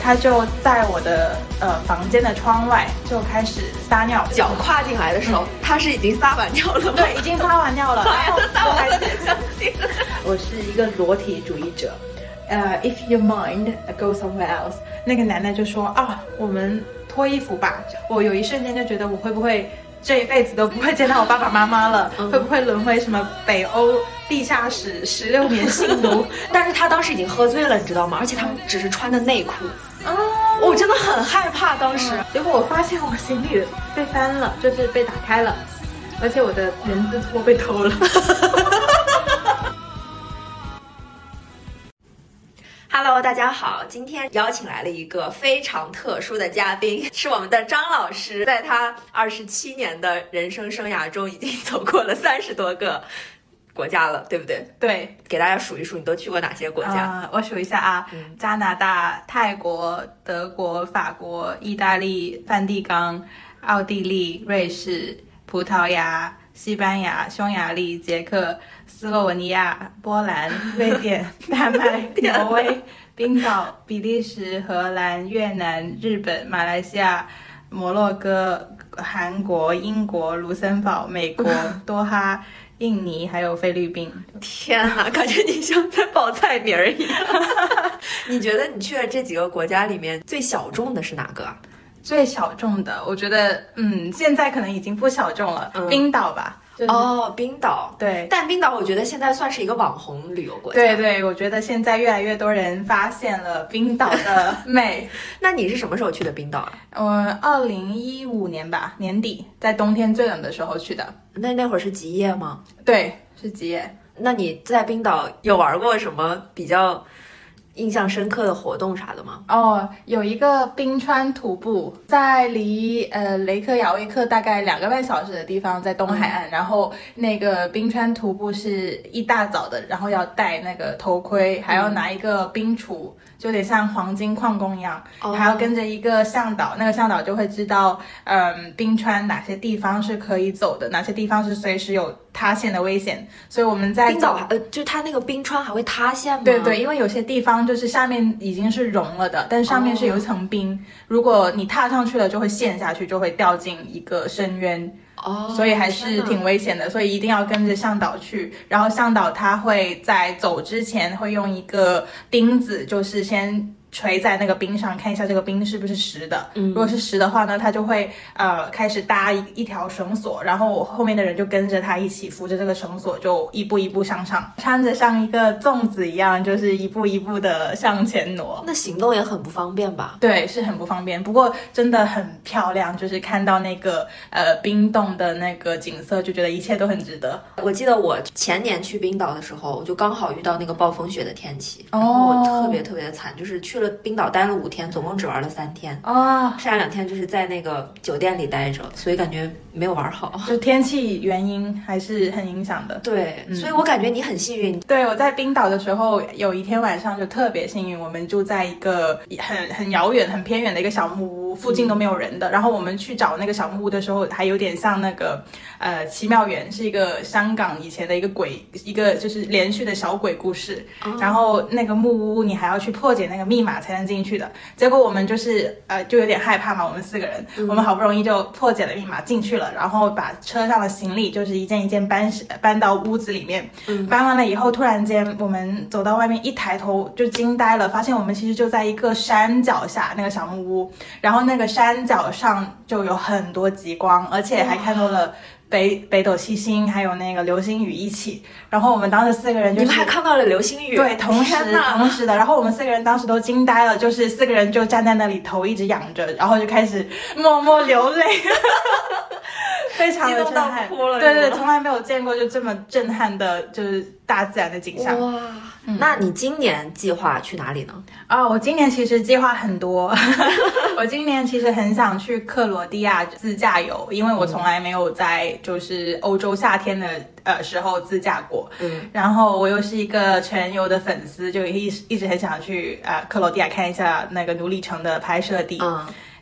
他就在我的房间的窗外就开始撒尿， 脚跨进来的时候，他是已经撒完尿了吗？ 对，已经撒完尿了。 然后撒完了才相信。 我是一个裸体主义者。If you mind, go somewhere else。那个男的就说啊，我们脱衣服吧。我有一瞬间就觉得我会不会这一辈子都不会见到我爸爸妈妈了，会不会沦为什么北欧地下室16年性奴？ 但是他当时已经喝醉了，你知道吗？而且他们只是穿的内裤。我真的很害怕当时。 结果我发现我行李被翻了，就是被打开了，而且我的人字拖被偷了。 Hello， 大家好，今天邀请来了一个非常特殊的嘉宾，是我们的张老师。在他27年的人生生涯中，已经走过了30多个国家了，对不对？ 对， 给大家数一数，你都去过哪些国家？ 我数一下啊，加拿大、泰国、德国、法国、意大利、梵蒂冈、奥地利、瑞士、葡萄牙、西班牙、匈牙利、捷克、斯洛文尼亚、波兰、瑞典、丹麦、挪威、冰岛、比利时、荷兰、越南、日本、马来西亚、摩洛哥、韩国、英国、卢森堡、美国、多哈、印尼还有菲律宾。 天哪，感觉你像在报菜名儿一样。你觉得你去了这几个国家里面最小众的是哪个啊？ 最小众的，我觉得，现在可能已经不小众了，冰岛吧。 冰岛， 对， 但冰岛我觉得现在算是一个网红旅游国家。 对，我觉得现在越来越多人发现了冰岛的美。 那你是什么时候去的冰岛啊？ 我2015年吧，年底，在冬天最冷的时候去的。 那会儿是极夜吗？ 对，是极夜。 那你在冰岛有玩过什么比较印象深刻的活动啥的吗？ 有一个冰川徒步，在离雷克雅未克大概2个半小时的地方，在东海岸。然后那个冰川徒步是一大早的，然后要戴那个头盔，还要拿一个冰杵，就有点像黄金矿工一样，还要跟着一个向导，那个向导就会知道，冰川哪些地方是可以走的，哪些地方是随时有塌陷的危险。所以我们在冰岛就它那个冰川还会塌陷吗？ 对，因为有些地方就是下面已经是融了的，但上面是有一层冰，如果你踏上去了就会陷下去，就会掉进一个深渊。所以还是挺危险的，所以一定要跟着向导去。然后向导他会在走之前会用一个钉子，就是先锤在那个冰上，看一下这个冰是不是实的。如果是实的话呢，他就会开始搭一条绳索，然后后面的人就跟着他一起扶着这个绳索，就一步一步向上，穿着像一个粽子一样，就是一步一步的向前挪。 那行动也很不方便吧？ 对，是很不方便，不过真的很漂亮，就是看到那个冰冻的那个景色，就觉得一切都很值得。 我记得我前年去冰岛的时候，我就刚好遇到那个暴风雪的天气，然后我特别特别的惨，就是去了冰岛待了5天，总共只玩了3天。剩下2天就是在那个酒店里待着，所以感觉没有玩好。 就天气原因还是很影响的。 对，所以我感觉你很幸运。 对，我在冰岛的时候，有一天晚上就特别幸运，我们住在一个很遥远、很偏远的一个小木屋，附近都没有人的。然后我们去找那个小木屋的时候，还有点像那个奇妙园，是一个香港以前的一个就是连续的小鬼故事。然后那个木屋你还要去破解那个密码才能进去的。结果我们就是就有点害怕嘛，我们4个人，我们好不容易就破解了密码进去了，然后把车上的行李就是一件一件搬到屋子里面。搬完了以后，突然间我们走到外面，一抬头就惊呆了，发现我们其实就在一个山脚下，那个小木屋，然后那个山脚上就有很多极光，而且还看到了北斗七星还有那个流星雨一起。然后我们当时4个人就是， 你们还看到了流星雨？ 对，同时的。然后我们4个人当时都惊呆了，就是4个人就站在那里，头一直仰着，然后就开始默默流泪。非常的震撼， 哭了。 对，从来没有见过就这么震撼的，就是大自然的景象。 哇，那你今年计划去哪里呢？ 我今年其实计划很多。我今年其实很想去克罗地亚自驾游，因为我从来没有在就是欧洲夏天的时候自驾过。然后我又是一个全游的粉丝，就一直很想去克罗地亚看一下那个奴隶城的拍摄地。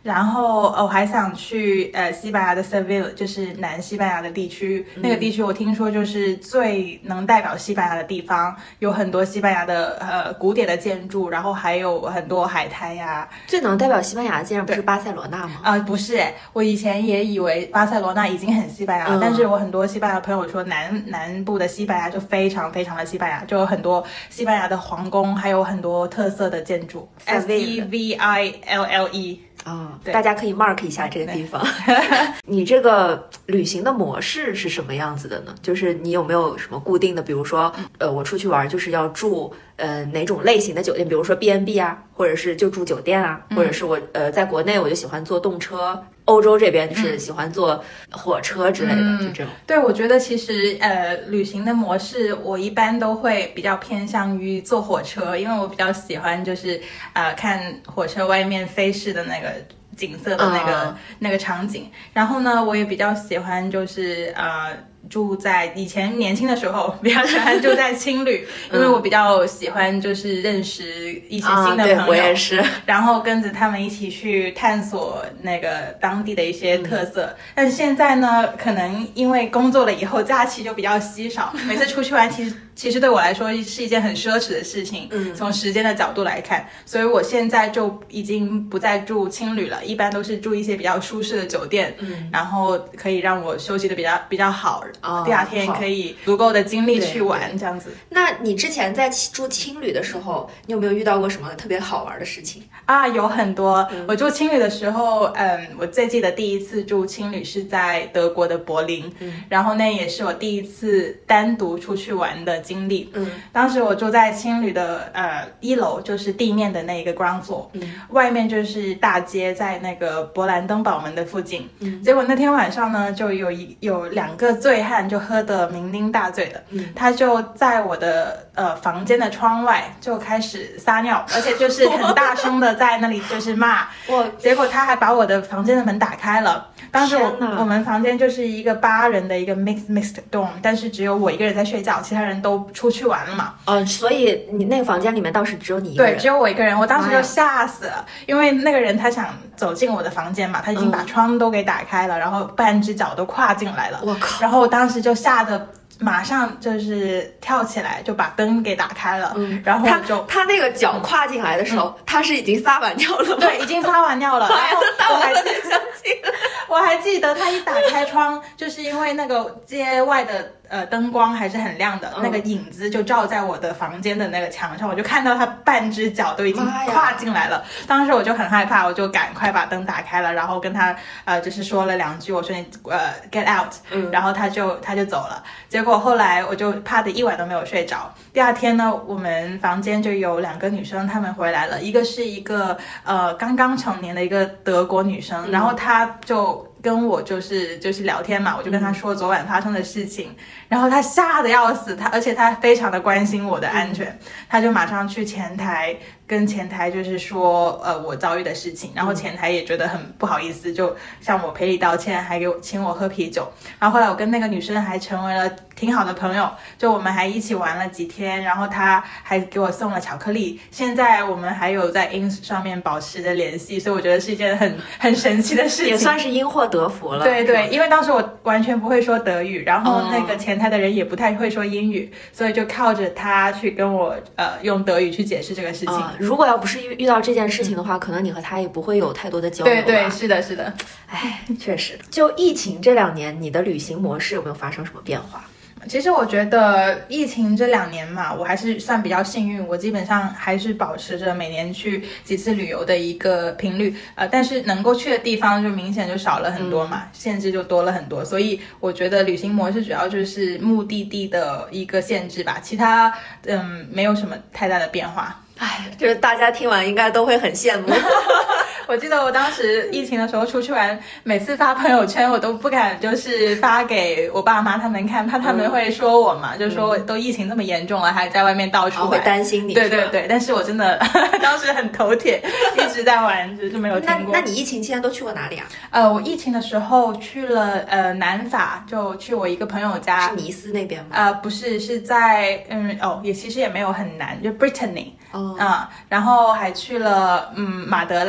然后我还想去西班牙的 Seville， 就是南西班牙的地区，那个地区我听说就是最能代表西班牙的地方，有很多西班牙的古典的建筑，然后还有很多海滩呀。 最能代表西班牙的竟然不是巴塞罗那吗？ 不是我以前也以为巴塞罗那已经很西班牙了，但是我很多西班牙朋友说南部的西班牙就非常非常的西班牙，就有很多西班牙的皇宫，还有很多特色的建筑。Seville 大家可以 mark 一下这个地方。你这个旅行的模式是什么样子的呢？就是你有没有什么固定的，比如说我出去玩就是要住哪种类型的酒店，比如说 B&B 啊，或者是就住酒店啊，或者是我在国内我就喜欢坐动车，欧洲这边就是喜欢坐火车之类的，就这种。 对，我觉得其实旅行的模式我一般都会比较偏向于坐火车，因为我比较喜欢就是看火车外面飞逝的那个景色的那个场景。然后呢，我也比较喜欢就是住在以前年轻的时候比较喜欢住在青旅，因为我比较喜欢就是认识一些新的朋友， 对，我也是， 然后跟着他们一起去探索那个当地的一些特色。但是现在呢，可能因为工作了以后假期就比较稀少，每次出去玩其实对我来说是一件很奢侈的事情，从时间的角度来看，所以我现在就已经不再住青旅了，一般都是住一些比较舒适的酒店，然后可以让我休息的比较好，第二天可以足够的精力去玩，这样子。 那你之前在住青旅的时候，你有没有遇到过什么特别好玩的事情有很多。我住青旅的时候，我最记得第一次住青旅是在德国的柏林，然后那也是我第一次单独出去玩的经历。当时我住在青旅的1楼，就是地面的那一个 ground floor，外面就是大街，在那个勃兰登堡门的附近。结果那天晚上呢，就有2个醉汉就喝得酩酊大醉的，他就在我的房间的窗外就开始撒尿，而且就是很大声的在那里就是骂结果他还把我的房间的门打开了。当时我们房间就是一个8人的一个 mixed dorm， 但是只有我一个人在睡觉，其他人都出去玩了嘛。 所以你那个房间里面倒是只有你一个人？ 对，只有我一个人。我当时就吓死了，因为那个人他想走进我的房间嘛，他已经把窗都给打开了，然后半只脚都跨进来了。 我靠！ 然后我当时就吓得马上就是跳起来，就把灯给打开了。然后他那个脚跨进来的时候，他是已经撒完尿了吗？ 对，已经撒完尿了。然后我还记得他一打开窗，就是因为那个街外的灯光还是很亮的，那个影子就照在我的房间的那个墙上，我就看到他半只脚都已经跨进来了。当时我就很害怕，我就赶快把灯打开了，然后跟他就是说了2句，我说你get out，然后他就走了。结果后来我就怕的一晚都没有睡着。第二天呢，我们房间就有2个女生，她们回来了，一个是一个刚刚成年的一个德国女生，然后她就跟我就是聊天嘛，我就跟他说昨晚发生的事情，然后他吓得要死，而且他非常的关心我的安全，他就马上去前台跟前台就是说我遭遇的事情，然后前台也觉得很不好意思，就向我赔礼道歉，还请我喝啤酒。然后后来我跟那个女生还成为了挺好的朋友，就我们还一起玩了几天，然后她还给我送了巧克力，现在我们还有在 ins 上面保持着联系，所以我觉得是一件很神奇的事情， 也算是因祸得福了。 对对，因为当时我完全不会说德语，然后那个前台的人也不太会说英语，所以就靠着他去跟我用德语去解释这个事情。 如果要不是遇到这件事情的话，可能你和他也不会有太多的交流。 对对，是的是的。 哎，确实。就疫情这2年，你的旅行模式有没有发生什么变化？ 其实我觉得疫情这2年嘛，我还是算比较幸运，我基本上还是保持着每年去几次旅游的一个频率，但是能够去的地方就明显就少了很多嘛，限制就多了很多，所以我觉得旅行模式主要就是目的地的一个限制吧，其他没有什么太大的变化。 哎，就是大家听完应该都会很羡慕。 我记得我当时疫情的时候出去玩，每次发朋友圈我都不敢就是发给我爸妈他们看，怕他们会说我嘛，就说都疫情这么严重了，还在外面到处玩， 会担心你。 对对对，但是我真的当时很头铁，一直在玩，就是没有停过。 那你疫情期间都去过哪里啊？ 我疫情的时候去了南法，就去我一个朋友家。 是尼斯那边吗？ 不是，是在也其实也没有很难，就 Brittany。然后还去了马德拉，就是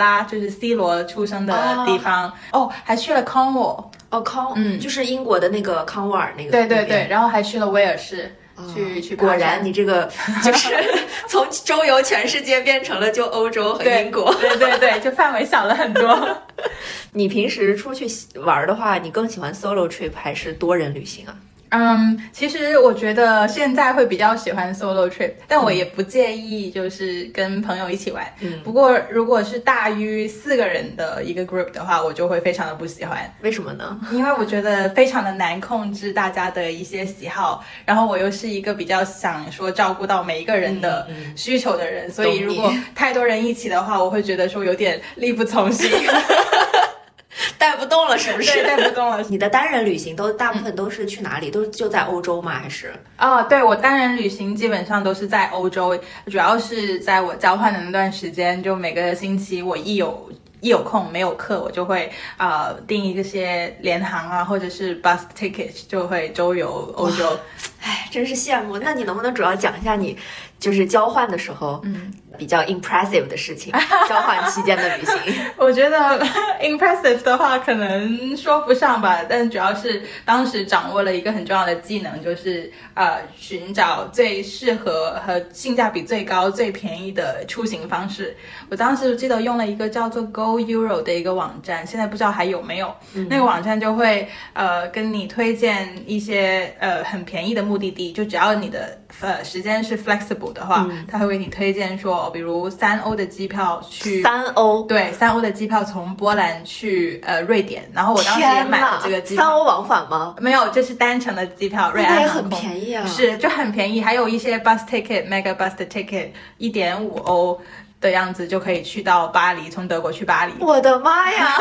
是 C 罗出生的地方还去了康沃就是英国的那个康沃尔那个， 对，然后还去了威尔士。去果然你这个就是从周游全世界变成了就欧洲和英国， 对，就范围小了很多。 你平时出去玩的话，你更喜欢 solo trip 还是多人旅行啊？ 其实我觉得现在会比较喜欢 solo trip， 但我也不介意就是跟朋友一起玩。不过如果是大于4个人的一个 group 的话，我就会非常的不喜欢。 为什么呢？ 因为我觉得非常的难控制大家的一些喜好，然后我又是一个比较想说照顾到每一个人的需求的人，所以如果太多人一起的话，我会觉得说有点力不从心。 带不动了是不是？ 对，带不动了。 你的单人旅行大部分都是去哪里？都就在欧洲吗？还是？ 对，我单人旅行基本上都是在欧洲，主要是在我交换的那段时间，就每个星期我一有空没有课，我就会订一些联航啊，或者是 bus ticket， 就会周游欧洲。 真是羡慕。那你能不能主要讲一下你就是交换的时候，比较 impressive 的事情，交换期间的旅行？ 我觉得 impressive 的话可能说不上吧，但主要是当时掌握了一个很重要的技能，就是寻找最适合和性价比最高、最便宜的出行方式。我当时记得用了一个叫做 Go Euro 的一个网站，现在不知道还有没有。那个网站就会跟你推荐一些很便宜的目的地，就只要你的时间是 flexible 的话，他会给你推荐说，比如3欧的机票去 3欧， 对，3欧的机票从波兰去瑞典，然后我当时也买了这个机票。 3欧往返吗？ 没有，这是单程的机票，瑞安航空。 那也很便宜啊。 是，就很便宜，还有一些 bus ticket、mega bus ticket 1.5欧。的样子就可以去到巴黎，从德国去巴黎。 我的妈呀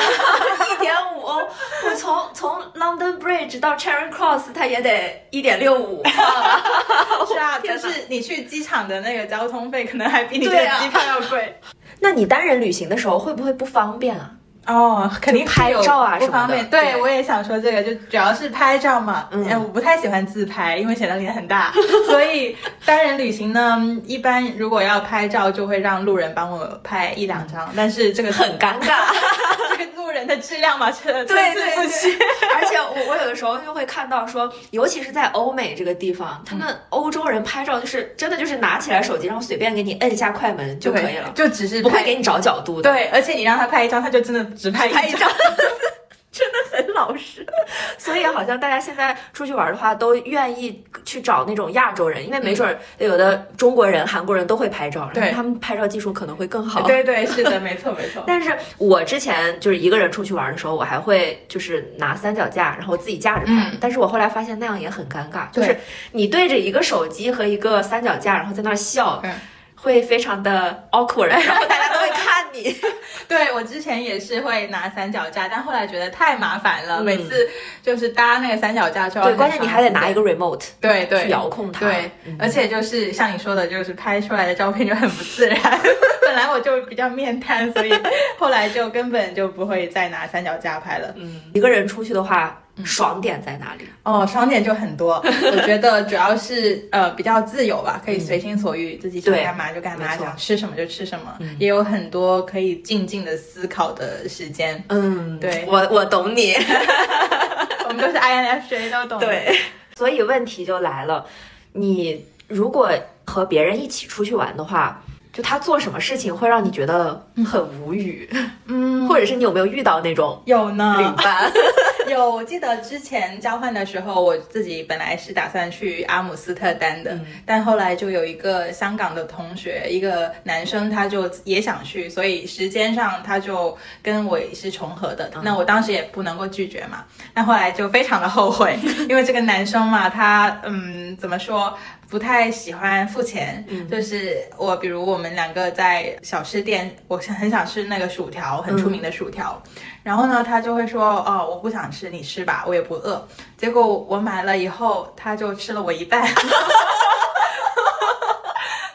！1.5欧，我从 London Bridge 到 Charing Cross， 它也得1.65。 是啊，就是你去机场的那个交通费，可能还比你这个机票要贵。 那你单人旅行的时候会不会不方便啊？ 肯定拍照啊不方便。对，我也想说这个，就主要是拍照嘛。我不太喜欢自拍，因为显得脸很大，所以单人旅行呢，一般如果要拍照，就会让路人帮我拍1-2张，但是这个很尴尬。 这个路人的质量嘛，对， 而且我有的时候就会看到说，尤其是在欧美这个地方，他们欧洲人拍照就是真的就是拿起来手机，然后随便给你摁一下快门就可以了， 就只是不会给你找角度的。 对，而且你让他拍一张，他就真的只拍一张。 真的很老实，所以好像大家现在出去玩的话，都愿意去找那种亚洲人，因为没准有的中国人、韩国人都会拍照，然后他们拍照技术可能会更好。 对，是的，没错。 但是我之前就是一个人出去玩的时候，我还会就是拿3脚架，然后自己架着拍。但是我后来发现那样也很尴尬，就是你对着一个手机和一个3脚架，然后在那儿笑。会非常的 awkward， 然后大家都会看你。 对，我之前也是会拿3脚架，但后来觉得太麻烦了，每次就是搭那个3脚架就要。 对，关键你还得拿一个 remote， 对， 去遥控它。 对，而且就是像你说的，就是拍出来的照片就很不自然。本来我就比较面瘫，所以后来就根本就不会再拿3脚架拍了。 一个人出去的话。爽点在哪里？ 爽点就很多。我觉得主要是比较自由吧，可以随心所欲，自己想干嘛就干嘛，想吃什么就吃什么，也有很多可以静静的思考的时间。对， 我懂你。 我们都是 INFJ 都懂。 对，所以问题就来了，你如果和别人一起出去玩的话，就他做什么事情会让你觉得很无语？或者是你有没有遇到那种有呢旅伴？ 有，我记得之前交换的时候，我自己本来是打算去阿姆斯特丹的，但后来就有一个香港的同学，一个男生，他就也想去，所以时间上他就跟我也是重合的。那我当时也不能够拒绝嘛，那后来就非常的后悔，因为这个男生嘛，他怎么说？不太喜欢付钱，就是比如我们2个在小吃店，我很想吃那个薯条，很出名的薯条，然后呢，他就会说，我不想吃，你吃吧，我也不饿。结果我买了以后，他就吃了我一半。结果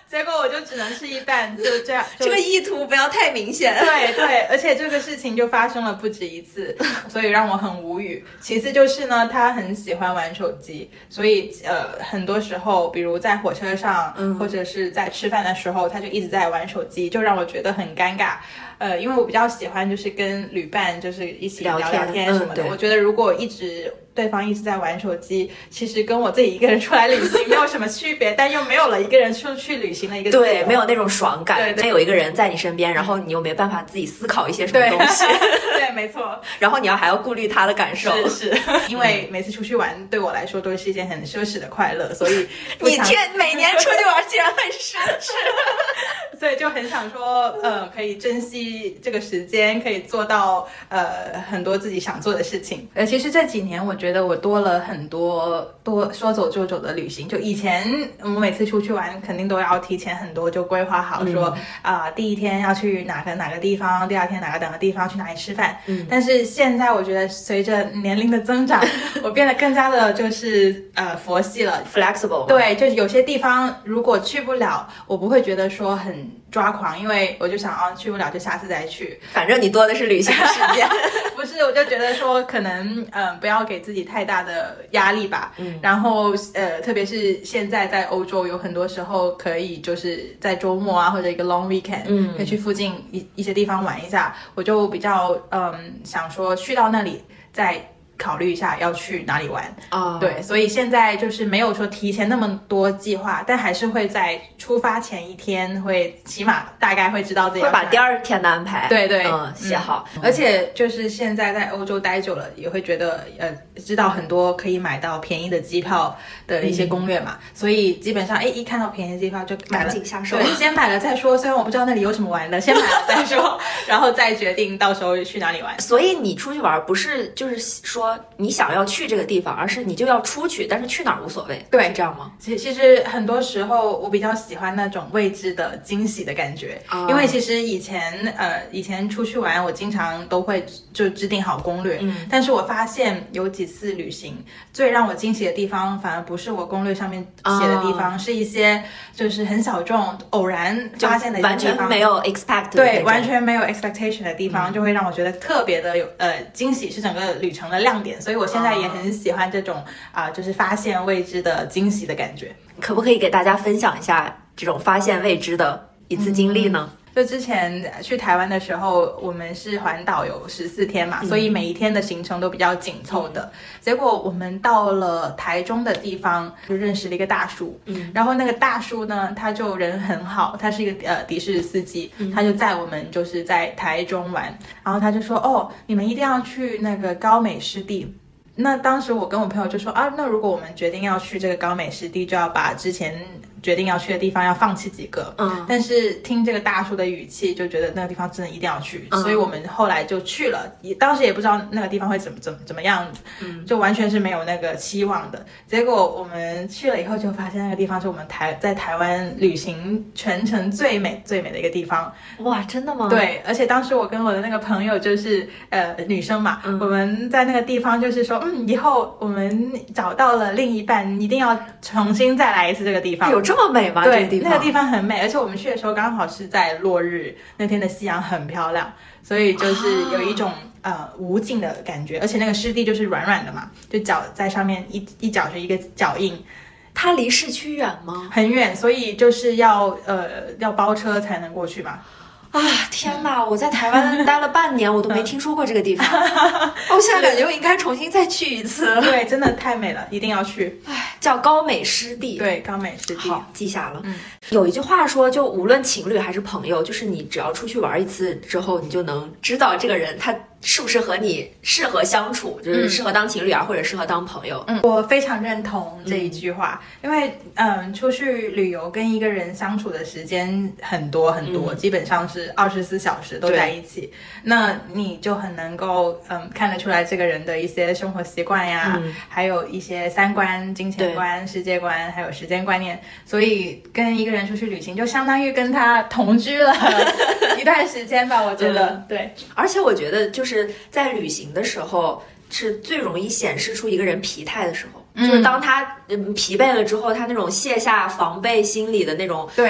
我就只能吃一半，就这样。 这个意图不要太明显。 对对，而且这个事情就发生了不止一次，所以让我很无语。其次就是呢，他很喜欢玩手机，所以很多时候，比如在火车上，或者是在吃饭的时候，他就一直在玩手机，就让我觉得很尴尬。因为我比较喜欢就是跟旅伴就是一起聊聊天什么的，我觉得如果对方一直在玩手机，其实跟我自己一个人出来旅行没有什么区别，但又没有了一个人出去旅行的一个对，没有那种爽感。 对， 有一个人在你身边，然后你又没办法自己思考一些什么东西。 对，没错。 然后你还要顾虑他的感受。 是，因为每次出去玩对我来说都是一件很奢侈的快乐，所以你每年出去玩竟然很奢侈。 所以就很想说，可以珍惜这个时间，可以做到很多自己想做的事情。其实这几年我觉得我多了很多说走就走的旅行。就以前我每次出去玩，肯定都要提前很多就规划好说，第一天要去哪个地方，第二天哪个地方去哪里吃饭。但是现在我觉得随着年龄的增长，我变得更加的就是佛系了 ，flexible。 对，就是有些地方如果去不了，我不会觉得说很抓狂，因为我就想去不了就下次再去， 反正你多的是旅行时间。 不是，我就觉得说可能不要给自己太大的压力吧。然后特别是现在在欧洲，有很多时候可以就是在周末啊或者一个 long weekend，可以去附近一些地方玩一下。我就比较想说去到那里再考虑一下要去哪里玩对，所以现在就是没有说提前那么多计划，但还是会在出发前一天会起码大概会知道自己会把第二天的安排对写好。 而且就是现在在欧洲待久了，也会觉得知道很多可以买到便宜的机票的一些攻略嘛，所以基本上一看到便宜的机票就买了， 赶紧下手。 对，先买了再说。虽然我不知道那里有什么玩的，先买了再说，然后再决定到时候去哪里玩。 所以你出去玩不是就是说你想要去这个地方，而是你就要出去，但是去哪儿无所谓。 对， 是这样吗？ 其实很多时候我比较喜欢那种未知的惊喜的感觉，因为其实以前出去玩，我经常都会就制定好攻略，但是我发现有几次旅行最让我惊喜的地方，反而不是我攻略上面写的地方，是一些就是很小众偶然发现的一些地方， 完全没有 expect 的对，完全没有 expectation 的地方，就会让我觉得特别的有惊喜，是整个旅程的亮点。所以我现在也很喜欢这种就是发现未知的惊喜的感觉。 可不可以给大家分享一下这种发现未知的一次经历呢？ 就之前去台湾的时候，我们是环岛有14天嘛，所以每一天的行程都比较紧凑的。结果我们到了台中的地方，就认识了一个大叔。然后那个大叔呢，他就人很好，他是一个的士司机，他就载我们就是在台中玩，然后他就说你们一定要去那个高美湿地。那当时我跟我朋友就说那如果我们决定要去这个高美湿地，就要把之前决定要去的地方要放弃几个。但是听这个大叔的语气，就觉得那个地方真的一定要去，所以我们后来就去了。当时也不知道那个地方会怎么样子，就完全是没有那个期望的。结果我们去了以后，就发现那个地方是我们在台湾旅行全程最美的一个地方。 哇，真的吗？ 对，而且当时我跟我的那个朋友就是女生嘛，我们在那个地方就是说以后我们找到了另一半，一定要重新再来一次这个地方。 有这么美吗？ 对， 这个地方那个地方很美，而且我们去的时候刚好是在落日，那天的夕阳很漂亮，所以就是有一种无尽的感觉。而且那个湿地就是软软的嘛，就脚在上面一脚就一个脚印。 它离市区远吗？ 很远，所以就是要包车才能过去嘛。 天哪！我在台湾待了半年，我都没听说过这个地方。我现在感觉我应该重新再去一次。 对，真的太美了，一定要去。 叫高美湿地。 对，高美湿地。 好，记下了。有一句话说，就无论情侣还是朋友，就是你只要出去玩一次之后，你就能知道这个人他是不是和你适合相处，就是适合当情侣啊，或者适合当朋友。 我非常认同这一句话，因为出去旅游跟一个人相处的时间很多，基本上是24小时都在一起，那你就很能够看得出来这个人的一些生活习惯呀，还有一些三观、金钱观、世界观，还有时间观念，所以跟一个人出去旅行就相当于跟他同居了一段时间吧，我觉得。对， 而且我觉得就是在旅行的时候是最容易显示出一个人疲态的时候，就是当他疲惫了之后，他那种卸下防备心理的那种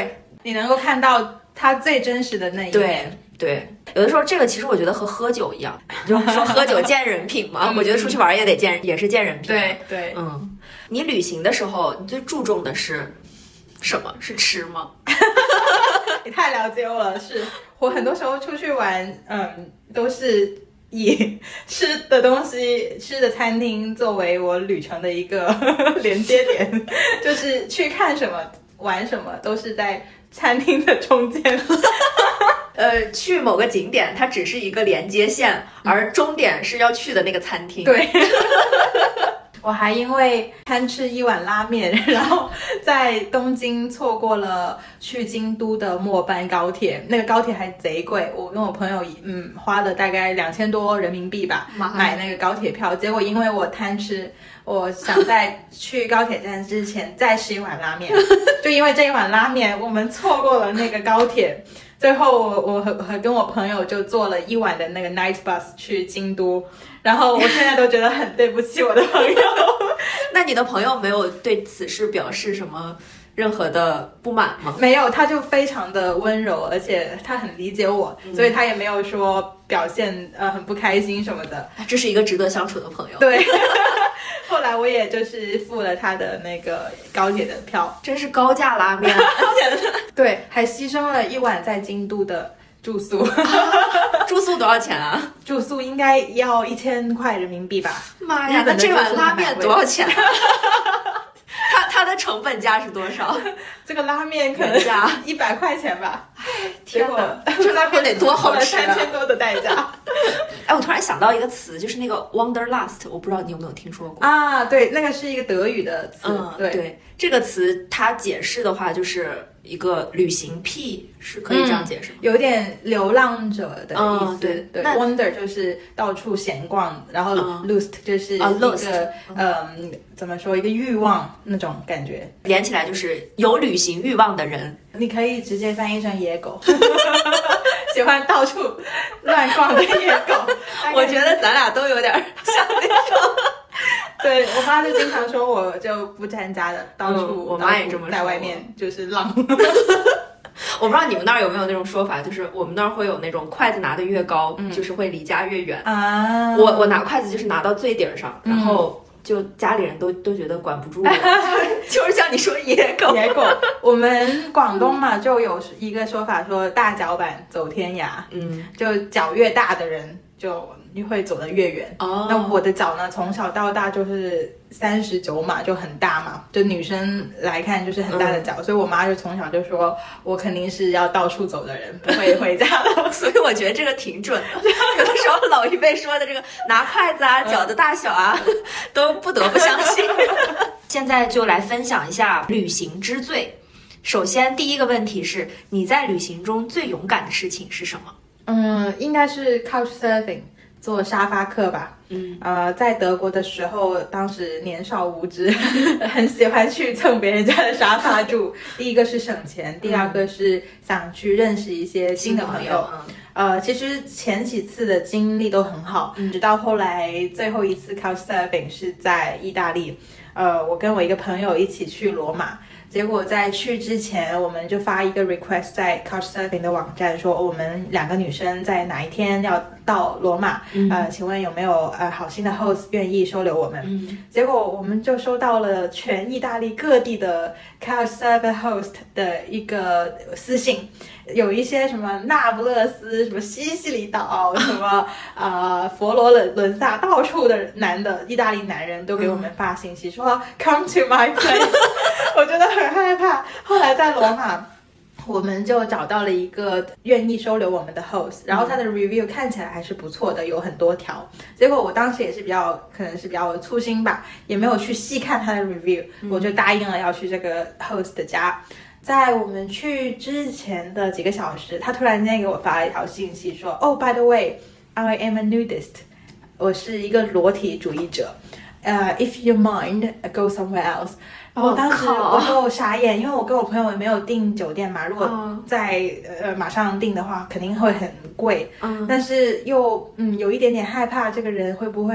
你能够看到它最真实的那一面。 对，有的时候这个其实我觉得和喝酒一样，就是说喝酒见人品嘛。我觉得出去玩也是见人品。 对， 你旅行的时候，你最注重的是什么？是吃吗？ 你太了解我了，是我很多时候出去玩，都是以吃的东西、吃的餐厅作为我旅程的一个连接点，就是去看什么、玩什么，都是在餐厅的中间。 去某个景点，它只是一个连接线，而终点是要去的那个餐厅。 对。我还因为贪吃一碗拉面，然后在东京错过了去京都的末班高铁，那个高铁还贼贵，我跟我朋友花了大概2000多人民币吧买那个高铁票，结果因为我贪吃，我想在去高铁站之前再吃一碗拉面，就因为这一碗拉面我们错过了那个高铁，最后我跟我朋友就坐了1晚的那个 night bus 去京都，然后我现在都觉得很对不起我的朋友。 那你的朋友没有对此事表示什么任何的不满吗？ 没有，他就非常的温柔，而且他很理解我，所以他也没有说表现很不开心什么的。 这是一个值得相处的朋友。 对。后来我也就是付了他的那个高铁的票， 真是高价拉面。 对，还牺牲了1晚在京都的住宿。 住宿多少钱啊？ 住宿应该要1000块人民币吧。 妈呀，那这碗拉面多少钱啊？它的成本价是多少？ 这个拉面可能100块钱吧。 天哪，这拉面得多好吃啊 ！3000多的代价。 哎，我突然想到一个词，就是那个 Wanderlust， 我不知道你有没有听说过啊？对，那个是一个德语的词。 对，这个词它解释的话就是一个旅行癖，是可以这样解释吗？ 有点流浪者的意思。 对 ，Wander 就是到处闲逛，然后 Lust 就是一个怎么说，一个欲望那种感觉， 连起来就是有旅行欲望的人。 你可以直接翻译成野狗。喜欢到处乱逛的野狗。 我觉得咱俩都有点像那种。 对，我妈就经常说我就不沾家的，到处我妈也这么说， 在外面就是浪。 我不知道你们那儿有没有那种说法，就是我们那儿会有那种筷子拿得越高，就是会离家越远啊。我拿筷子就是拿到最顶上，然后就家里人都觉得管不住我。就是像你说野狗。 我们广东嘛，就有一个说法说大脚板走天涯，就脚越大的人就会走得越远。那我的脚呢，从小到大就是39码，就很大嘛，就女生来看就是很大的脚，所以我妈就从小就说我肯定是要到处走的人，不会回家的。 所以我觉得这个挺准的。有的时候老一辈说的这个拿筷子啊、脚的大小啊，都不得不相信。现在就来分享一下旅行之最。首先第一个问题是，你在旅行中最勇敢的事情是什么？ 应该是 Couchsurfing， 做沙发客吧。在德国的时候，当时年少无知，很喜欢去蹭别人家的沙发住。第一个是省钱，第二个是想去认识一些新的朋友。其实前几次的经历都很好，直到后来最后一次 Couchsurfing 是在意大利。我跟我一个朋友一起去罗马。结果在去之前，我们就发一个 request 在 Couchsurfing 的网站，说我们2个女生在哪一天要到罗马，请问有没有好心的 host 愿意收留我们？结果我们就收到了全意大利各地的 Couchsurfing host 的一个私信，有一些什么那不勒斯、什么西西里岛、什么佛罗伦萨，到处的意大利男人都给我们发信息说 Come to my place。我觉得很害怕。后来在罗马，我们就找到了一个愿意收留我们的 host， 然后他的 review 看起来还是不错的，有很多条。结果我当时也是可能是比较粗心吧，也没有去细看他的 review，我就答应了要去这个 host 的家。在我们去之前的几个小时，他突然间给我发了一条信息说by the way, I am a nudist， 我是一个裸体主义者。If you mind, go somewhere else。我当时我就傻眼，因为我跟我朋友也没有订酒店嘛，如果在马上订的话，肯定会很贵。但是又有一点点害怕，这个人会不会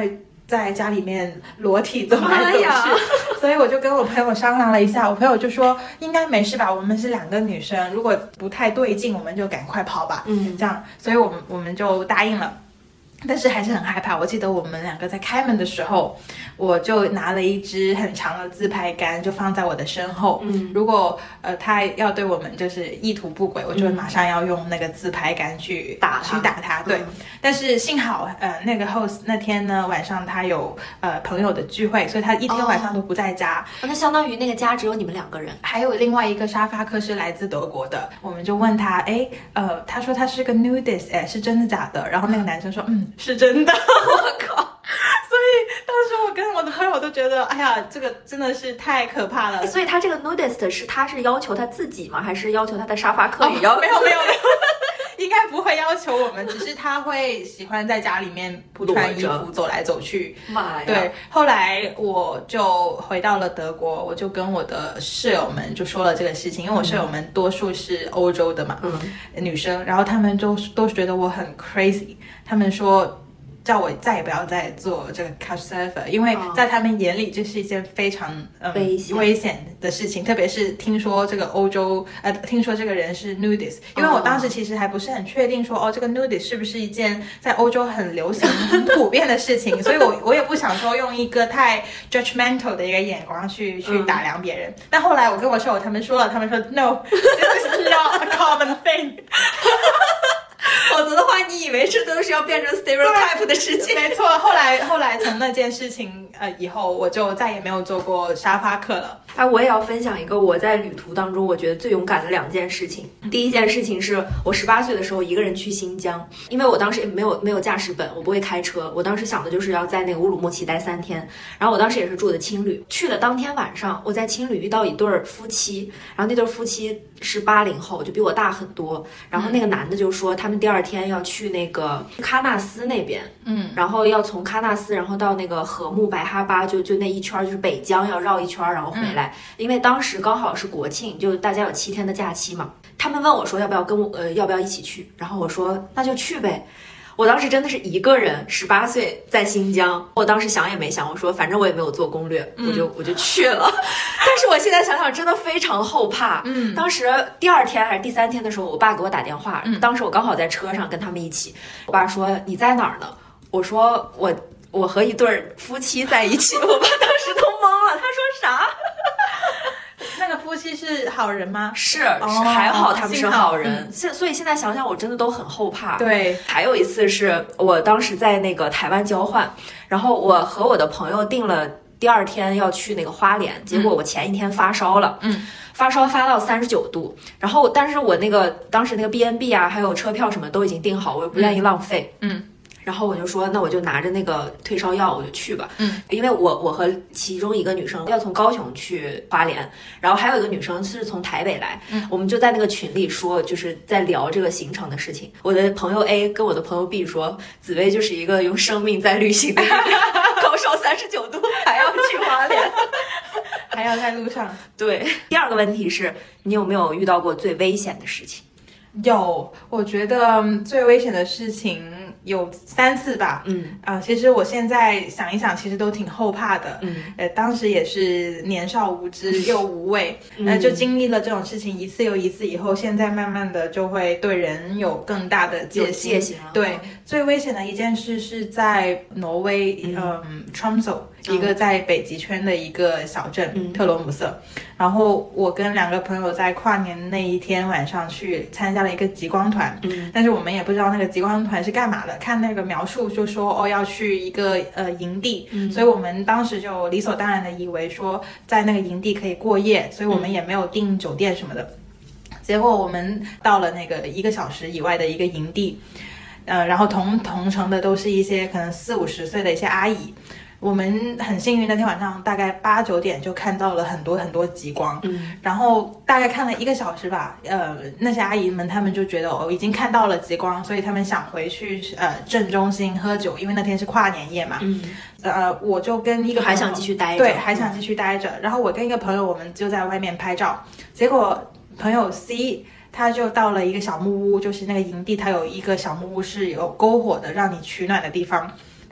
在家里面裸体走来走去，所以我就跟我朋友商量了一下，我朋友就说应该没事吧，我们是2个女生，如果不太对劲，我们就赶快跑吧，这样，所以我们就答应了。但是还是很害怕。我记得我们2个在开门的时候，我就拿了一支很长的自拍杆，就放在我的身后。如果他要对我们就是意图不轨，我就会马上要用那个自拍杆去打他。对，但是幸好那个 host 那天呢晚上他有朋友的聚会，所以他一天晚上都不在家。 那相当于那个家只有你们2个人， 还有另外一个沙发客是来自德国的。我们就问他，他说他是个 nudist， 是真的假的？然后那个男生说，是真的。 我靠！ 所以当时我跟我的朋友都觉得，哎呀，这个真的是太可怕了。 所以他这个 nudist 是要求他自己吗？还是要求他的沙发客也要？ 没有，应该不会要求我们，只是他会喜欢在家里面不穿衣服走来走去。 妈呀！ 对，后来我就回到了德国，我就跟我的舍友们就说了这个事情，因为我舍友们多数是欧洲的嘛，女生，然后他们都觉得我很 crazy， 他们说叫我再也不要再做这个 couch surfer， 因为在他们眼里这是一件非常危险的事情，特别是听说这个欧洲听说这个人是 nudist， 因为我当时其实还不是很确定说这个 nudist 是不是一件在欧洲很流行很普遍的事情，所以我也不想说用一个太 judgmental 的一个眼光去打量别人。但后来我跟我舍友他们说了，他们说 no this is not a common thing 否则的话，你以为这都是要变成 stereotype 的事情？ 没错，后来从那件事情以后，我就再也没有做过沙发客了。 我也要分享一个我在旅途当中我觉得最勇敢的2件事情。第一件事情是我18岁的时候一个人去新疆，因为我当时也没有驾驶本，我不会开车，我当时想的就是要在那个乌鲁木齐待3天，然后我当时也是住的青旅。去的当天晚上，我在青旅遇到一对夫妻，然后那对夫妻是80后，就比我大很多。然后那个男的就说他们第2天要去那个喀纳斯那边，然后要从喀纳斯然后到那个禾木白哈巴，就那一圈，就是北疆要绕一圈然后回来。因为当时刚好是国庆，就大家有7天的假期嘛。他们问我说要不要一起去，然后我说那就去呗。我当时真的是一个人，18岁在新疆，我当时想也没想，我说反正我也没有做攻略，我就去了。但是我现在想想真的非常后怕。当时第2天还是第3天的时候，我爸给我打电话，当时我刚好在车上跟他们一起，我爸说你在哪儿呢？我说我和一对夫妻在一起。我爸当时都懵了，他说啥？ 那个夫妻是好人吗？ 是还好他们是好人。所以现在想想我真的都很后怕。 对， 还有一次是我当时在那个台湾交换，然后我和我的朋友订了第2天要去那个花莲，结果我前一天发烧了，发烧发到39度，然后但是我那个当时那个 B&B 啊还有车票什么都已经订好，我也不愿意浪费，然后我就说那我就拿着那个退烧药我就去吧，因为我和其中一个女生要从高雄去花莲，然后还有一个女生是从台北来，我们就在那个群里说就是在聊这个行程的事情。我的朋友 A 跟我的朋友 B 说，紫薇就是一个用生命在旅行的人，高烧39度还要去花莲， 还要在路上。 对，第2个问题是你有没有遇到过最危险的事情？ 有，我觉得最危险的事情有3次吧。其实我现在想一想，其实都挺后怕的。当时也是年少无知又无畏，就经历了这种事情一次又一次以后，现在慢慢的就会对人有更大的戒心。对，最危险的一件事是在挪威Tromsø，一个在北极圈的一个小镇，特罗姆瑟。然后我跟2个朋友在跨年那一天晚上去参加了一个极光团，但是我们也不知道那个极光团是干嘛的，看那个描述就说要去一个营地，所以我们当时就理所当然的以为说在那个营地可以过夜，所以我们也没有订酒店什么的。结果我们到了那个1个小时以外的一个营地，然后同城的都是一些可能40-50岁的一些阿姨。我们很幸运，那天晚上大概8、9点就看到了很多很多极光，然后大概看了1个小时吧。那些阿姨们他们就觉得已经看到了极光，所以他们想回去镇中心喝酒，因为那天是跨年夜嘛。我就跟一个朋友还想继续待着， 对，还想继续待着。然后我跟一个朋友，我们就在外面拍照，结果朋友 C。他就到了一个小木屋，就是那个营地，它有一个小木屋是有篝火的，让你取暖的地方。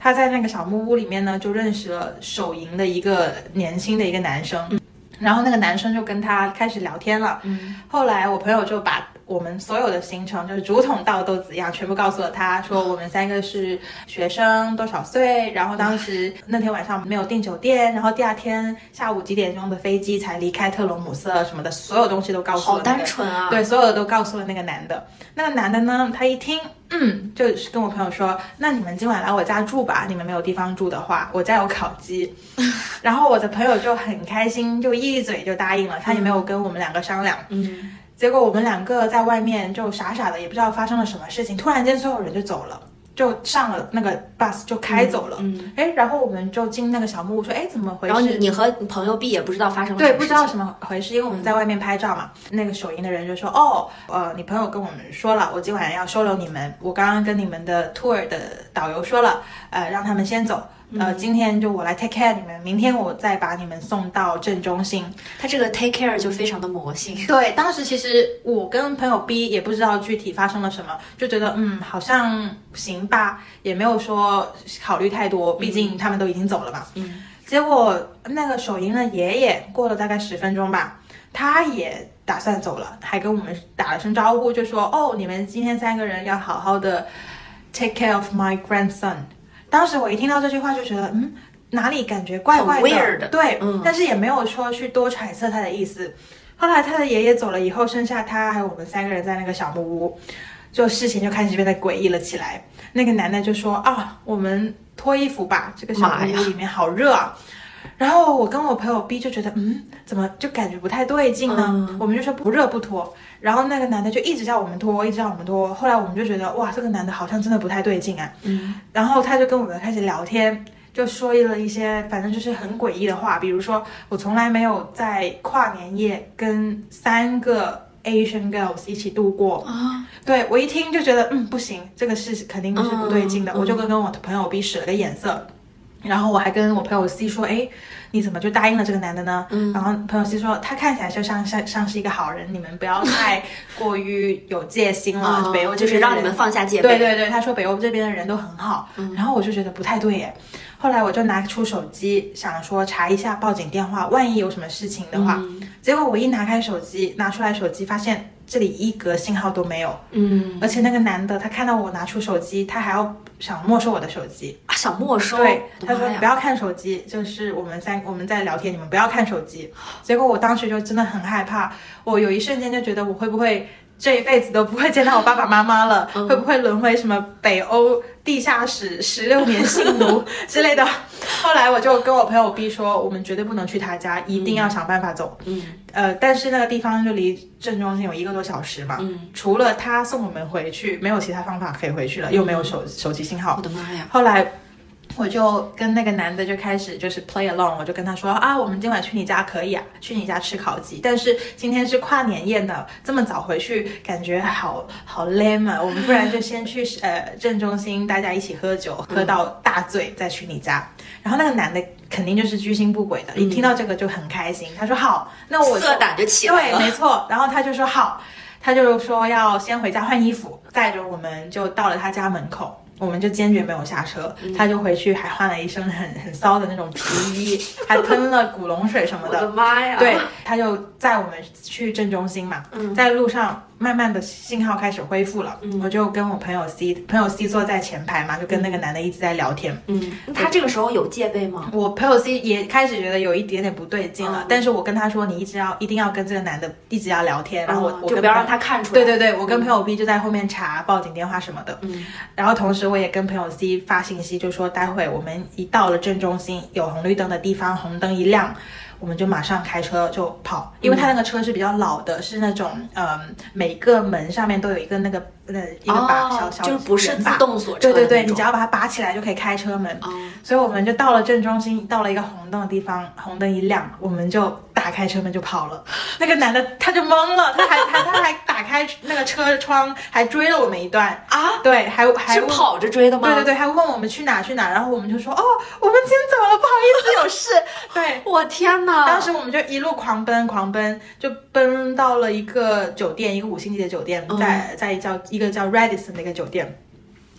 他在那个小木屋里面呢，就认识了手营的一个年轻的一个男生，然后那个男生就跟他开始聊天了。后来我朋友就把我们所有的行程就是竹筒倒豆子一样全部告诉了他，说我们3个是学生多少岁，然后当时那天晚上没有订酒店，然后第二天下午几点钟的飞机才离开特隆姆瑟什么的，所有东西都告诉了、 好单纯啊。 对，所有的都告诉了那个男的。那个男的呢，他一听就是跟我朋友说，那你们今晚来我家住吧，你们没有地方住的话，我家有烤鸡。然后我的朋友就很开心，就一嘴就答应了，他也没有跟我们2个商量。结果我们2个在外面就傻傻的，也不知道发生了什么事情，突然间所有人就走了，就上了那个 bus 就开走了。然后我们就进那个小木屋说，怎么回事？ 然后你和你朋友 B 也不知道发生了什么事情。 对，不知道什么回事，因为我们在外面拍照嘛。那个手营的人就说，你朋友跟我们说了，我今晚要收留你们，我刚刚跟你们的 tour 的导游说了，让他们先走。今天就我来 take care 你们，明天我再把你们送到镇中心。 他这个 take care 就非常的魔性。 对，当时其实我跟朋友 B 也不知道具体发生了什么，就觉得好像行吧，也没有说考虑太多，毕竟他们都已经走了嘛。结果那个手营的爷爷过了大概10分钟吧，他也打算走了，还跟我们打了声招呼，就说你们今天3个人要好好的 take care of my grandson。当时我一听到这句话就觉得哪里感觉怪怪的， 很 weird。 对，但是也没有说去多揣测他的意思。后来他的爷爷走了以后，剩下他还有我们3个人在那个小木屋，就事情就开始变得诡异了起来。那个男的就说我们脱衣服吧，这个小木屋里面好热啊。然后我跟我朋友 B 就觉得怎么就感觉不太对劲呢？我们就说不热不脱，然后那个男的就一直叫我们脱，一直叫我们脱。后来我们就觉得哇，这个男的好像真的不太对劲啊。然后他就跟我们开始聊天，就说了一些反正就是很诡异的话，比如说我从来没有在跨年夜跟3个 Asian girls 一起度过对，我一听就觉得不行，这个事肯定是不对劲的。我就跟我朋友 B 使了个眼色。然后我还跟我朋友 C 说，你怎么就答应了这个男的呢？然后朋友 C 说，他看起来就像是一个好人，你们不要太过于有戒心了。北欧就是让你们放下戒备。 对对对，他说北欧这边的人都很好。然后我就觉得不太对耶。后来我就拿出手机想说查一下报警电话，万一有什么事情的话。结果我一拿出来手机发现这里1格信号都没有。而且那个男的他看到我拿出手机，他还要想没收我的手机啊，想没收。 对，他说你不要看手机，就是我们在聊天，你们不要看手机。结果我当时就真的很害怕，我有一瞬间就觉得我会不会这一辈子都不会见到我爸爸妈妈了，会不会沦为什么北欧地下室16年性奴之类的。后来我就跟我朋友 B 说，我们绝对不能去他家，一定要想办法走。但是那个地方就离镇中心有1个多小时嘛，除了他送我们回去，没有其他方法可以回去了，又没有手机信号。 我的妈呀！ 后来我就跟那个男的就开始就是 play along， 我就跟他说我们今晚去你家可以啊，去你家吃烤鸡，但是今天是跨年夜呢，这么早回去感觉好 lame 啊，我们不然就先去镇中心大家一起喝酒，喝到大醉再去你家。然后那个男的肯定就是居心不轨的，一听到这个就很开心，他说好，那我色胆就起来了。 对，没错。然后他就说好，他就说要先回家换衣服，带着我们就到了他家门口。我们就坚决没有下车，他就回去还换了一身很骚的那种皮衣，还喷了古龙水什么的。 我的妈呀！ 对，他就载我们去镇中心嘛，在路上慢慢的信号开始恢复了，我就跟我朋友 C 坐在前排嘛，就跟那个男的一直在聊天。 他这个时候有戒备吗？ 我朋友 C 也开始觉得有一点点不对劲了，但是我跟他说你一定要跟这个男的一直要聊天，然后我就不要让他看出来。 对对对，我跟朋友 B 就在后面查报警电话什么的。然后同时我也跟朋友 C 发信息，就说待会我们一到了镇中心有红绿灯的地方，红灯一亮，我们就马上开车就跑，因为他那个车是比较老的，是那种每个门上面都有一个一个把小就是不是自动锁车的。 对对对，你只要把它拔起来就可以开车门。所以我们就到了镇中心，到了一个红灯的地方，红灯一亮，我们就打开车门就跑了。那个男的他就懵了，他还打开那个车窗，还追了我们一段啊！ 对，还是跑着追的吗？ 对对对，还问我们去哪，然后我们就说我们先走了，不好意思，有事。对， 我天哪！ 当时我们就一路狂奔，就奔到了一个酒店，一个5星级的酒店，在一个叫 Radisson 的一个酒店。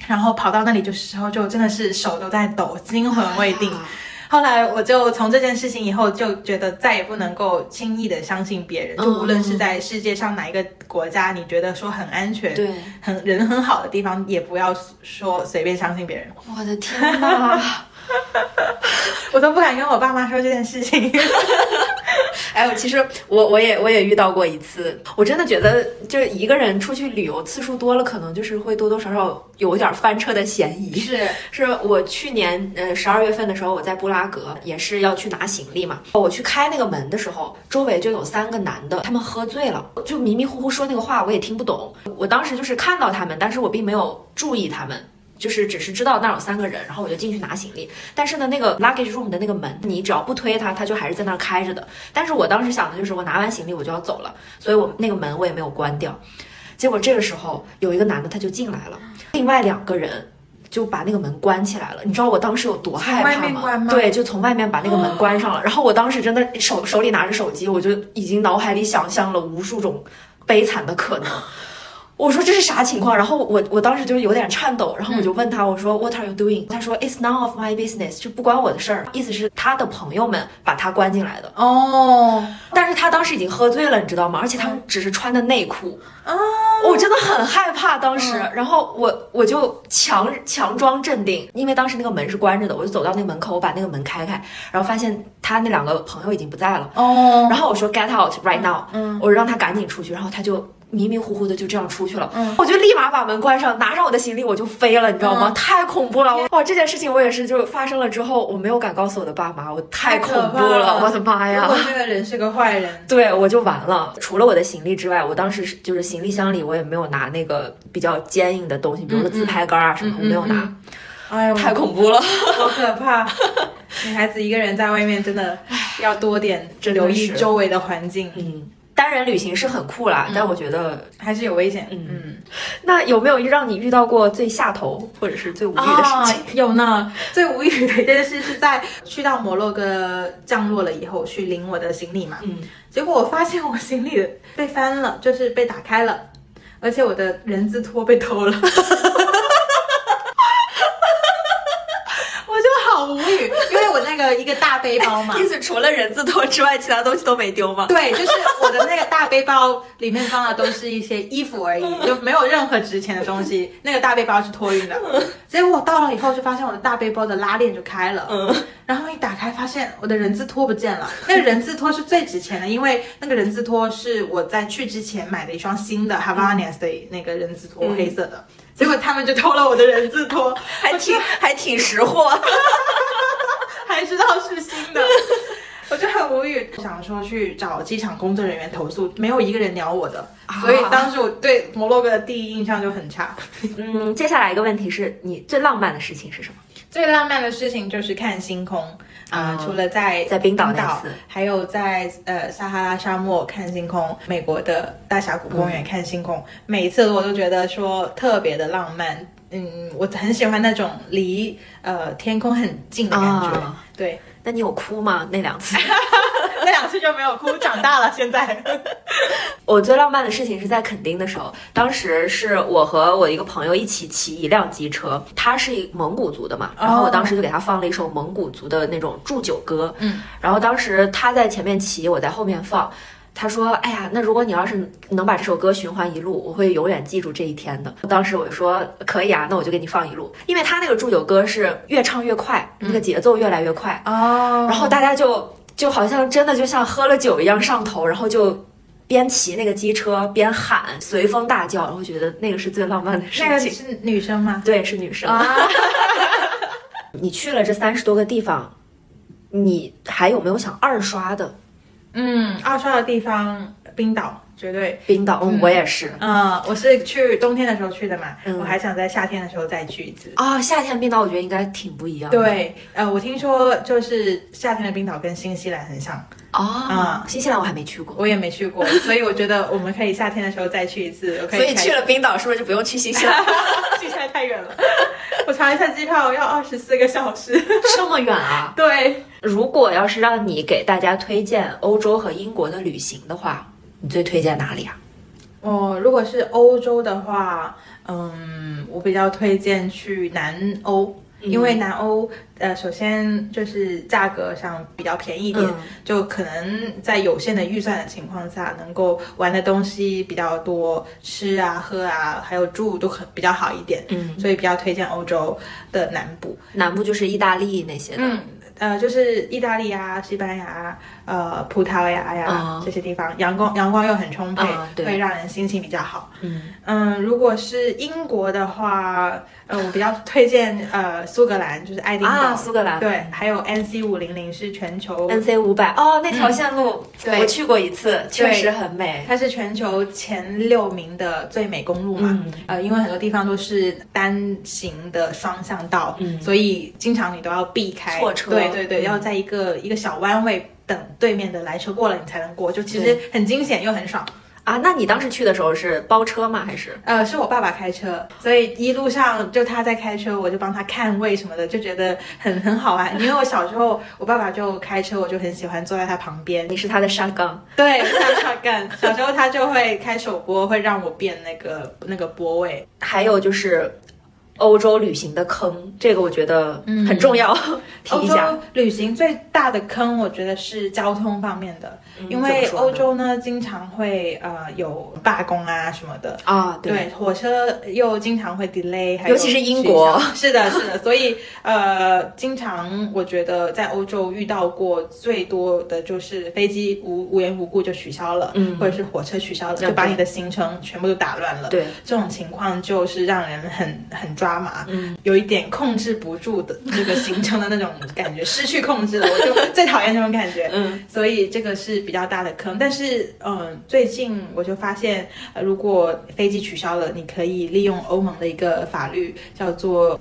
然后跑到那里的时候就真的是手都在抖，惊魂未定。后来我就从这件事情以后就觉得再也不能够轻易的相信别人，就无论是在世界上哪一个国家，你觉得说很安全， 对， 人很好的地方，也不要说随便相信别人。 我的天哪！ 我都不敢跟我爸妈说这件事情。 哎，其实我也遇到过一次，我真的觉得就一个人出去旅游次数多了，可能就是会多多少少有一点翻车的嫌疑。是我去年12月份的时候，我在布拉格也是要去拿行李嘛，我去开那个门的时候，周围就有3个男的，他们喝醉了，就迷迷糊糊说那个话，我也听不懂。我当时就是看到他们，但是我并没有注意他们。就是只是知道那有3个人，然后我就进去拿行李。但是呢，那个 luggage room 的那个门，你只要不推它，它就还是在那儿开着的。但是我当时想的就是我拿完行李我就要走了，所以我那个门我也没有关掉。结果这个时候有一个男的他就进来了，另外2个人就把那个门关起来了。你知道我当时有多害怕吗？对，就从外面把那个门关上了。然后我当时真的手里拿着手机，我就已经脑海里想象了无数种悲惨的可能。我说这是啥情况？然后我当时就有点颤抖，然后我就问他，我说 What are you doing？ 他说 It's none of my business， 就不关我的事儿。意思是他的朋友们把他关进来的。 哦， 但是他当时已经喝醉了，你知道吗？而且他们只是穿的内裤。我真的很害怕当时，然后我就强装镇定，因为当时那个门是关着的，我就走到那个门口，我把那个门开，然后发现他那2个朋友已经不在了。然后我说 Get out right now，我让他赶紧出去，然后他就迷迷糊糊的就这样出去了。我就立马把门关上，拿上我的行李我就飞了，你知道吗？太恐怖了！哇，这件事情我也是就发生了之后，我没有敢告诉我的爸妈，我太恐怖了，我的妈呀！ 如果这个人是个坏人， 对，我就完了。除了我的行李之外，我当时就是行李箱里我也没有拿那个比较坚硬的东西，比如说自拍杆啊什么，我没有拿。 哎呦， 太恐怖了， 好可怕！女孩子一个人在外面真的要多点留意周围的环境。 单人旅行是很酷啦，但我觉得还是有危险。 那有没有让你遇到过最下头或者是最无语的事情？ 有呢，最无语的一件事是在去到摩洛哥降落了以后，去领我的行李嘛。结果我发现我行李被翻了，就是被打开了，而且我的人字拖被偷了。好无语，因为我那个一个大背包嘛， 意思除了人字拖之外，其他东西都没丢吗？ 对，就是我的那个大背包里面放的都是一些衣服而已，就没有任何值钱的东西。那个大背包是托运的，结果我到了以后就发现我的大背包的拉链就开了，然后一打开发现我的人字拖不见了。那个人字拖是最值钱的，因为那个人字拖是我在去之前买的一双新的 Havaianas 的那个人字拖，黑色的。结果他们就偷了我的人字拖， 还挺识货， 还知道是新的，我就很无语。想说去找机场工作人员投诉，没有一个人鸟我的，所以当时我对摩洛哥的第一印象就很差。 接下来一个问题是你最浪漫的事情是什么？ 最浪漫的事情就是看星空。除了在冰岛那次， 还有在撒哈拉沙漠看星空，美国的大峡谷公园看星空，每一次我都觉得说特别的浪漫。我很喜欢那种离天空很近的感觉。对， 那你有哭吗？那2次？ 那2次就没有哭，长大了现在。 我最浪漫的事情是在垦丁的时候，当时是我和我一个朋友一起骑一辆机车，他是蒙古族的嘛，然后我当时就给他放了一首蒙古族的那种祝酒歌，然后当时他在前面骑，我在后面放。他说：“哎呀，那如果你要是能把这首歌循环一路，我会永远记住这一天的。”当时我就说：“可以啊，那我就给你放一路。”因为他那个祝酒歌是越唱越快，那个节奏越来越快然后大家就好像真的就像喝了酒一样上头，然后就边骑那个机车边喊，随风大叫，然后觉得那个是最浪漫的事情。 那个是女生吗？ 对，是女生。你去了这30多个地方，你还有没有想2刷的？ 2刷的地方，冰岛绝对。 冰岛，我也是。 我是去冬天的时候去的嘛，我还想在夏天的时候再去一次。 夏天冰岛我觉得应该挺不一样的。 对，我听说就是夏天的冰岛跟新西兰很像。 新西兰我还没去过， 我也没去过，所以我觉得我们可以夏天的时候再去一次。 所以去了冰岛是不是就不用去新西兰？ 新西兰太远了，我查一下机票要24个小时， 这么远啊？ 对。 如果要是让你给大家推荐欧洲和英国的旅行的话，你最推荐哪里啊？ 如果是欧洲的话，我比较推荐去南欧。因为南欧，首先就是价格上比较便宜一点，就可能在有限的预算的情况下，能够玩的东西比较多，吃啊、喝啊，还有住都比较好一点。所以比较推荐欧洲的南部。 南部就是意大利那些的。 就是意大利啊、西班牙、葡萄牙呀、这些地方，阳光又很充沛，会让人心情比较好。如果是英国的话，我比较推荐苏格兰，就是爱丁堡。 苏格兰对，还有 NC500是全球 NC500那条线路，我去过一次，确实很美。 它是全球前6名的最美公路嘛。因为很多地方都是单行的双向道，所以经常你都要避开错车。 对，要在一个小弯位等对面的来车过了你才能过，就其实很惊险又很爽。 那你当时去的时候是包车吗？还是是我爸爸开车，所以一路上就他在开车，我就帮他看位什么的，就觉得很好玩。因为我小时候我爸爸就开车，我就很喜欢坐在他旁边。 你是他的沙杠？ 对，是他的沙杠。小时候他就会开手拨，会让我变那个拨位。 还有就是欧洲旅行的坑，这个我觉得很重要，提一下。 欧洲旅行最大的坑，我觉得是交通方面的，因为欧洲呢经常会有罢工啊什么的对，火车又经常会 delay， 尤其是英国。 是的，所以经常我觉得在欧洲遇到过最多的就是飞机无缘无故就取消了，或者是火车取消了，就把你的行程全部都打乱了。 对， 这种情况就是让人很抓马，有一点控制不住的这个行程的那种感觉，失去控制了，我就最讨厌这种感觉。所以这个是比较大的坑。但是最近我就发现，如果飞机取消了，你可以利用欧盟的一个法律叫做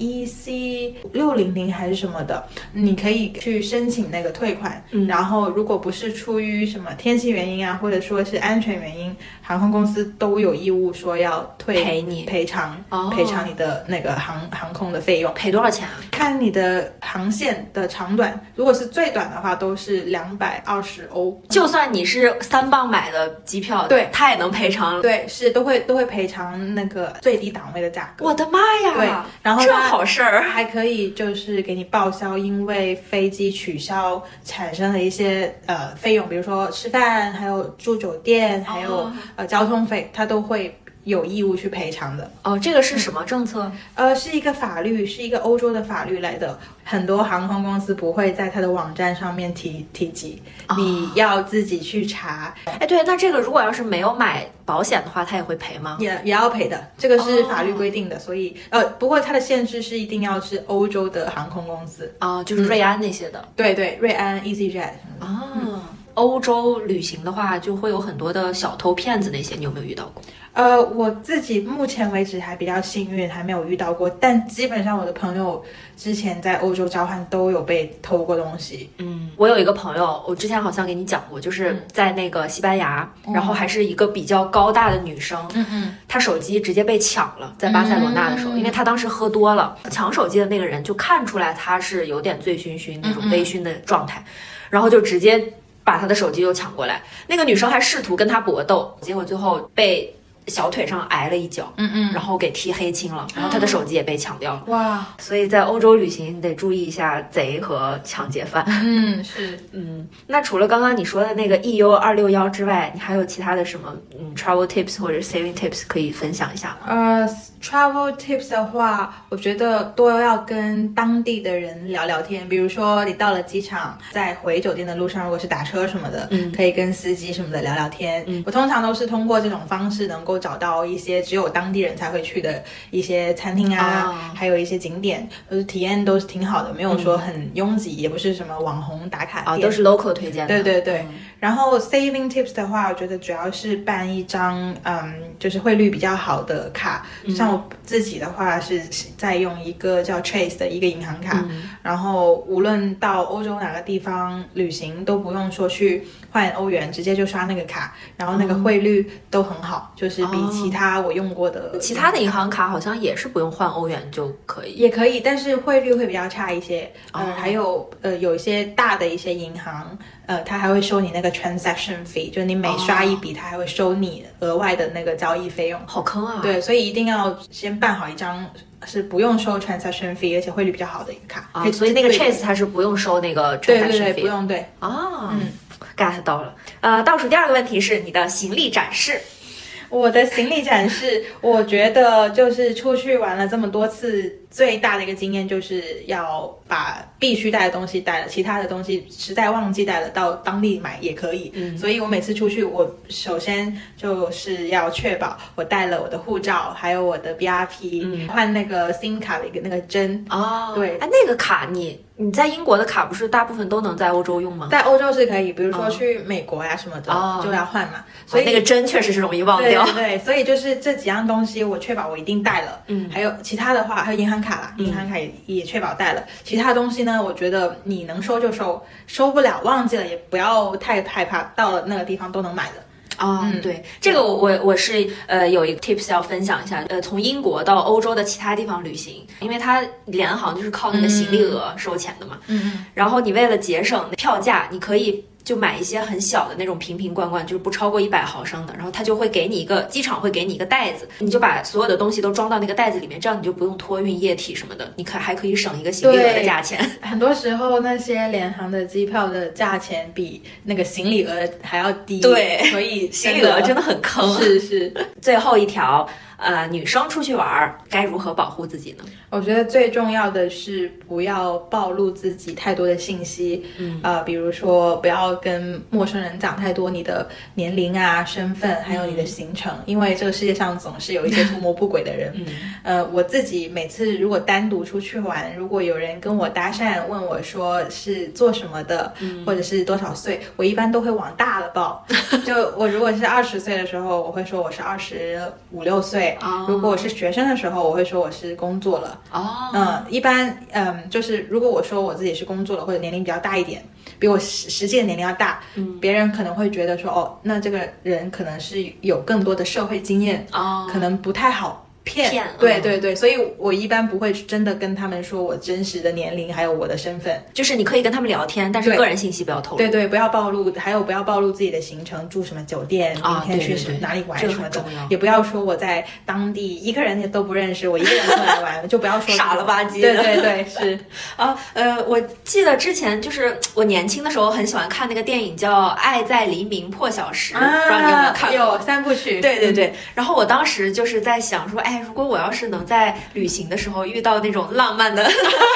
EC600还是什么的，你可以去申请那个退款。然后如果不是出于什么天气原因啊，或者说是安全原因，航空公司都有义务说要赔偿你的那个航空的费用。 赔多少钱啊？ 看你的航线的长短，如果是最短的话都是220欧。 就算你是3磅买的机票， 对， 他也能赔偿。 对，是都会赔偿那个最低档位的价格。 我的妈呀！ 对，然后这好事儿还可以就是给你报销，因为飞机取消产生的一些费用，比如说吃饭，还有住酒店，还有交通费，它都会有义务去赔偿的。 这个是什么政策？ 是一个法律，是一个欧洲的法律来的。很多航空公司不会在它的网站上面提及，你要自己去查。 对，那这个如果要是没有买保险的话，它也会赔吗？ 也要赔的，这个是法律规定的。所以不过它的限制是一定要是欧洲的航空公司就是瑞安那些的。 对，瑞安、EasyJet。 欧洲旅行的话，就会有很多的小偷骗子那些，你有没有遇到过？ 我自己目前为止还比较幸运，还没有遇到过。但基本上我的朋友之前在欧洲交换都有被偷过东西。 我有一个朋友，我之前好像给你讲过，就是在那个西班牙，然后还是一个比较高大的女生，她手机直接被抢了，在巴塞罗那的时候，因为她当时喝多了，抢手机的那个人就看出来她是有点醉醺醺那种微醺的状态，然后就直接把她的手机又抢过来。那个女生还试图跟他搏斗，结果最后被小腿上挨了一脚，然后给踢黑青了，然后他的手机也被抢掉了。 哇！ 所以在欧洲旅行得注意一下贼和抢劫犯。 是。 那除了刚刚你说的那个 EU261之外，你还有其他的什么travel tips 或者 saving tips 可以分享一下吗 ？travel tips 的话，我觉得多要跟当地的人聊聊天。比如说你到了机场，在回酒店的路上，如果是打车什么的，可以跟司机什么的聊聊天。我通常都是通过这种方式能够找到一些只有当地人才会去的一些餐厅啊，还有一些景点，就是体验都是挺好的，没有说很拥挤，也不是什么网红打卡店， 都是 local 推荐的。 对。然后 saving tips 的话，我觉得主要是办一张就是汇率比较好的卡，像我自己的话是在用一个叫 Chase 的一个银行卡，然后无论到欧洲哪个地方旅行都不用说去换欧元，直接就刷那个卡，然后那个汇率都很好，就是比其他我用过的其他的银行卡好像也是不用换欧元就可以， 也可以，但是汇率会比较差一些。还有有一些大的一些银行，它还会收你那个 transaction fee， 就是你每刷一笔，它还会收你额外的那个交易费用。 好坑啊！ 对，所以一定要先办好一张是不用收 transaction fee， 而且汇率比较好的一个卡。 所以那个 Chase 它是不用收那个 transaction fee， 对，不用。对 ，get 到了。倒数第二个问题是你的行李展示。 我的行李展示，我觉得就是出去玩了这么多次，最大的一个经验就是要把必须带的东西带了，其他的东西实在忘记带了，到当地买也可以。所以我每次出去，我首先就是要确保我带了我的护照，还有我的 BRP，换那个 SIM 卡的一个那个针。对， 那个卡你在英国的卡不是大部分都能在欧洲用吗？ 在欧洲是可以，比如说去美国呀什么的，就要换嘛。所以那个针确实是容易忘掉。 对，所以就是这几样东西我确保我一定带了。还有其他的话，还有银行卡啦，银行卡也确保带了。其他东西呢，我觉得你能收就收，收不了忘记了也不要太害怕，到了那个地方都能买的。 对，这个我是有一个 tips 要分享一下。从英国到欧洲的其他地方旅行，因为它联航就是靠那个行李额收钱的嘛。然后你为了节省票价，你可以就买一些很小的那种瓶瓶罐罐，就是不超过100毫升的，然后他就会给你机场会给你一个袋子，你就把所有的东西都装到那个袋子里面，这样你就不用托运液体什么的，你还可以省一个行李额的价钱。 很多时候那些联航的机票的价钱比那个行李额还要低， 对， 所以行李额真的很坑。 是。最后一条。女生出去玩该如何保护自己呢？ 我觉得最重要的是不要暴露自己太多的信息，比如说不要跟陌生人讲太多你的年龄啊、身份，还有你的行程，因为这个世界上总是有一些图谋不轨的人。我自己每次如果单独出去玩，如果有人跟我搭讪，问我说是做什么的，或者是多少岁，我一般都会往大了报。就我如果是20岁的时候，我会说我是25、26岁。如果我是学生的时候，我会说我是工作了。一般就是如果我说我自己是工作了，或者年龄比较大一点，比我实际的年龄要大，别人可能会觉得说那这个人可能是有更多的社会经验，可能不太好骗。对，所以我一般不会真的跟他们说我真实的年龄还有我的身份， 就是你可以跟他们聊天，但是个人信息不要透露。 对，不要暴露，还有不要暴露自己的行程，住什么酒店，明天去哪里玩什么的，也不要说我在当地一个人也都不认识，我一个人出来玩，就不要说傻了吧唧的。 对，是我记得之前就是我年轻的时候很喜欢看那个电影叫《爱在黎明破晓时》，不知道你有没有看过？ 有3部曲。 对，然后我当时就是在想说，如果我要是能在旅行的时候遇到那种浪漫的感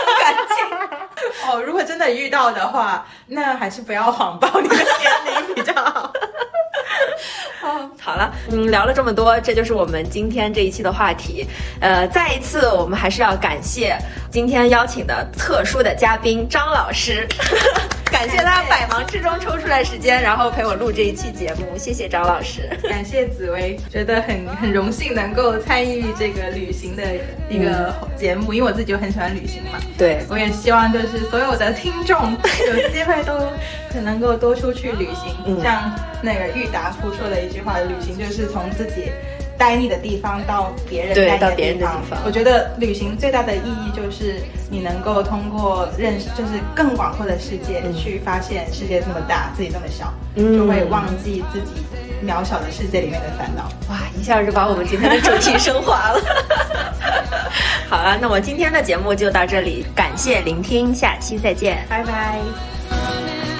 情， 如果真的遇到的话，那还是不要谎报你的年龄比较好。 好了，聊了这么多，这就是我们今天这一期的话题。再一次，我们还是要感谢今天邀请的特殊的嘉宾张老师。感谢他百忙之中抽出来时间，然后陪我录这一期节目，谢谢张老师。 感谢紫薇，觉得很荣幸能够参与这个旅行的一个节目，因为我自己就很喜欢旅行嘛。 对， 我也希望就是所有的听众有机会都能够多出去旅行。像那个郁达夫说的一句话，旅行就是从自己待腻的地方到别人待腻的地方。我觉得旅行最大的意义就是你能够通过认识，就是更广阔的世界，去发现世界这么大，自己这么小，就会忘记自己渺小的世界里面的烦恼。 哇，一下就把我们今天的主题升华了。好了，那我今天的节目就到这里，感谢聆听，下期再见， 拜拜。